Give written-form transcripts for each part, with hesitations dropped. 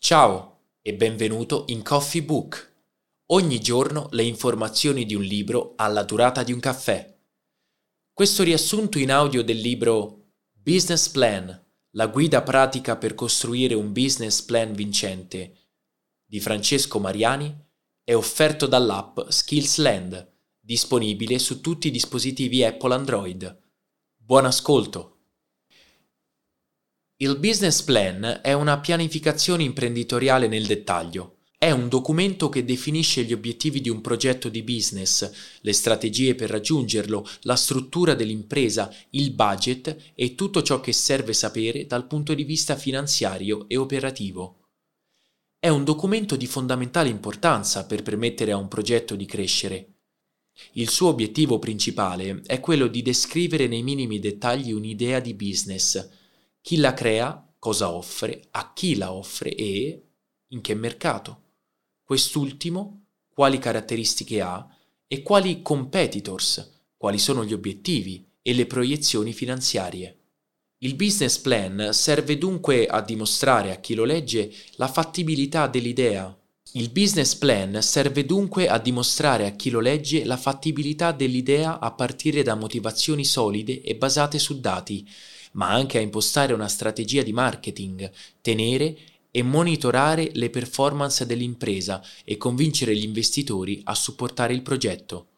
Ciao e benvenuto in Coffee Book. Ogni giorno le informazioni di un libro alla durata di un caffè. Questo riassunto in audio del libro Business Plan, la guida pratica per costruire un business plan vincente di Francesco Mariani è offerto dall'app Skillsland, disponibile su tutti i dispositivi Apple Android. Buon ascolto! Il business plan è una pianificazione imprenditoriale nel dettaglio. È un documento che definisce gli obiettivi di un progetto di business, le strategie per raggiungerlo, la struttura dell'impresa, il budget e tutto ciò che serve sapere dal punto di vista finanziario e operativo. È un documento di fondamentale importanza per permettere a un progetto di crescere. Il suo obiettivo principale è quello di descrivere nei minimi dettagli un'idea di business, chi la crea, cosa offre, a chi la offre e in che mercato. Quest'ultimo, quali caratteristiche ha e quali competitors, quali sono gli obiettivi e le proiezioni finanziarie. Il business plan serve dunque a dimostrare a chi lo legge la fattibilità dell'idea. Il business plan serve dunque a dimostrare a chi lo legge la fattibilità dell'idea a partire da motivazioni solide e basate su dati, ma anche a impostare una strategia di marketing, tenere e monitorare le performance dell'impresa e convincere gli investitori a supportare il progetto.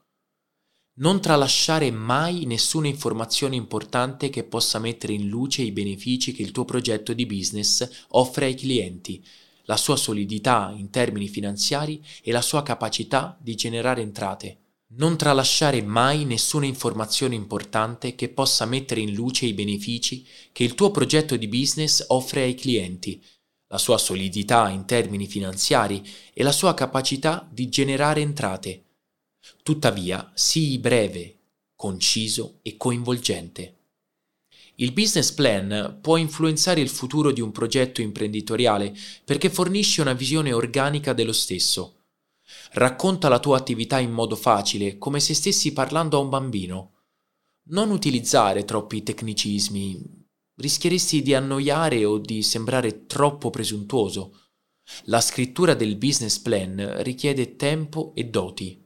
Non tralasciare mai nessuna informazione importante che possa mettere in luce i benefici che il tuo progetto di business offre ai clienti, la sua solidità in termini finanziari e la sua capacità di generare entrate. Non tralasciare mai nessuna informazione importante che possa mettere in luce i benefici che il tuo progetto di business offre ai clienti, la sua solidità in termini finanziari e la sua capacità di generare entrate. Tuttavia, sii breve, conciso e coinvolgente. Il business plan può influenzare il futuro di un progetto imprenditoriale perché fornisce una visione organica dello stesso. Racconta la tua attività in modo facile, come se stessi parlando a un bambino. Non utilizzare troppi tecnicismi, rischieresti di annoiare o di sembrare troppo presuntuoso. La scrittura del business plan richiede tempo e doti.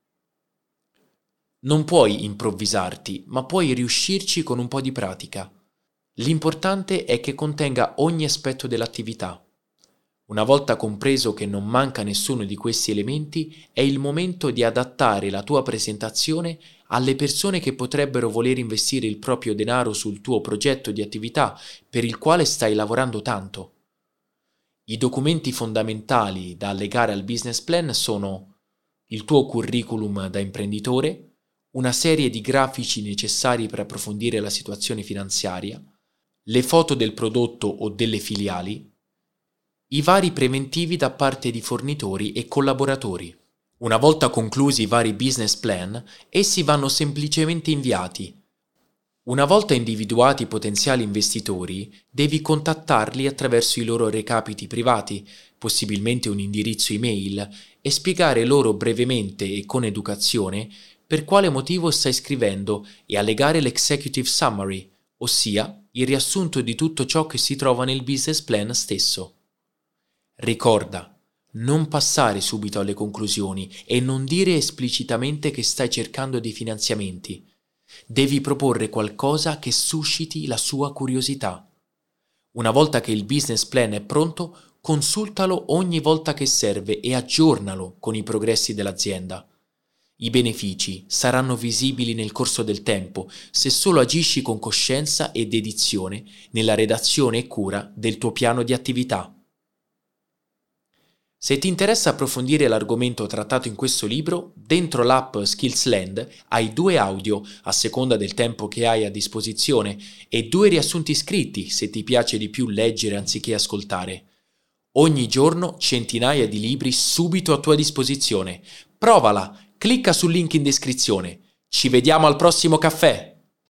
Non puoi improvvisarti, ma puoi riuscirci con un po' di pratica. L'importante è che contenga ogni aspetto dell'attività. Una volta compreso che non manca nessuno di questi elementi, è il momento di adattare la tua presentazione alle persone che potrebbero voler investire il proprio denaro sul tuo progetto di attività per il quale stai lavorando tanto. I documenti fondamentali da allegare al business plan sono il tuo curriculum da imprenditore, una serie di grafici necessari per approfondire la situazione finanziaria, le foto del prodotto o delle filiali, i vari preventivi da parte di fornitori e collaboratori. Una volta conclusi i vari business plan, essi vanno semplicemente inviati. Una volta individuati i potenziali investitori, devi contattarli attraverso i loro recapiti privati, possibilmente un indirizzo email, e spiegare loro brevemente e con educazione per quale motivo stai scrivendo e allegare l'executive summary, ossia il riassunto di tutto ciò che si trova nel business plan stesso. Ricorda, non passare subito alle conclusioni e non dire esplicitamente che stai cercando dei finanziamenti. Devi proporre qualcosa che susciti la sua curiosità. Una volta che il business plan è pronto, consultalo ogni volta che serve e aggiornalo con i progressi dell'azienda. I benefici saranno visibili nel corso del tempo se solo agisci con coscienza e dedizione nella redazione e cura del tuo piano di attività. Se ti interessa approfondire l'argomento trattato in questo libro, dentro l'app Skillsland hai 2 audio a seconda del tempo che hai a disposizione e 2 riassunti scritti se ti piace di più leggere anziché ascoltare. Ogni giorno centinaia di libri subito a tua disposizione. Provala, clicca sul link in descrizione. Ci vediamo al prossimo caffè!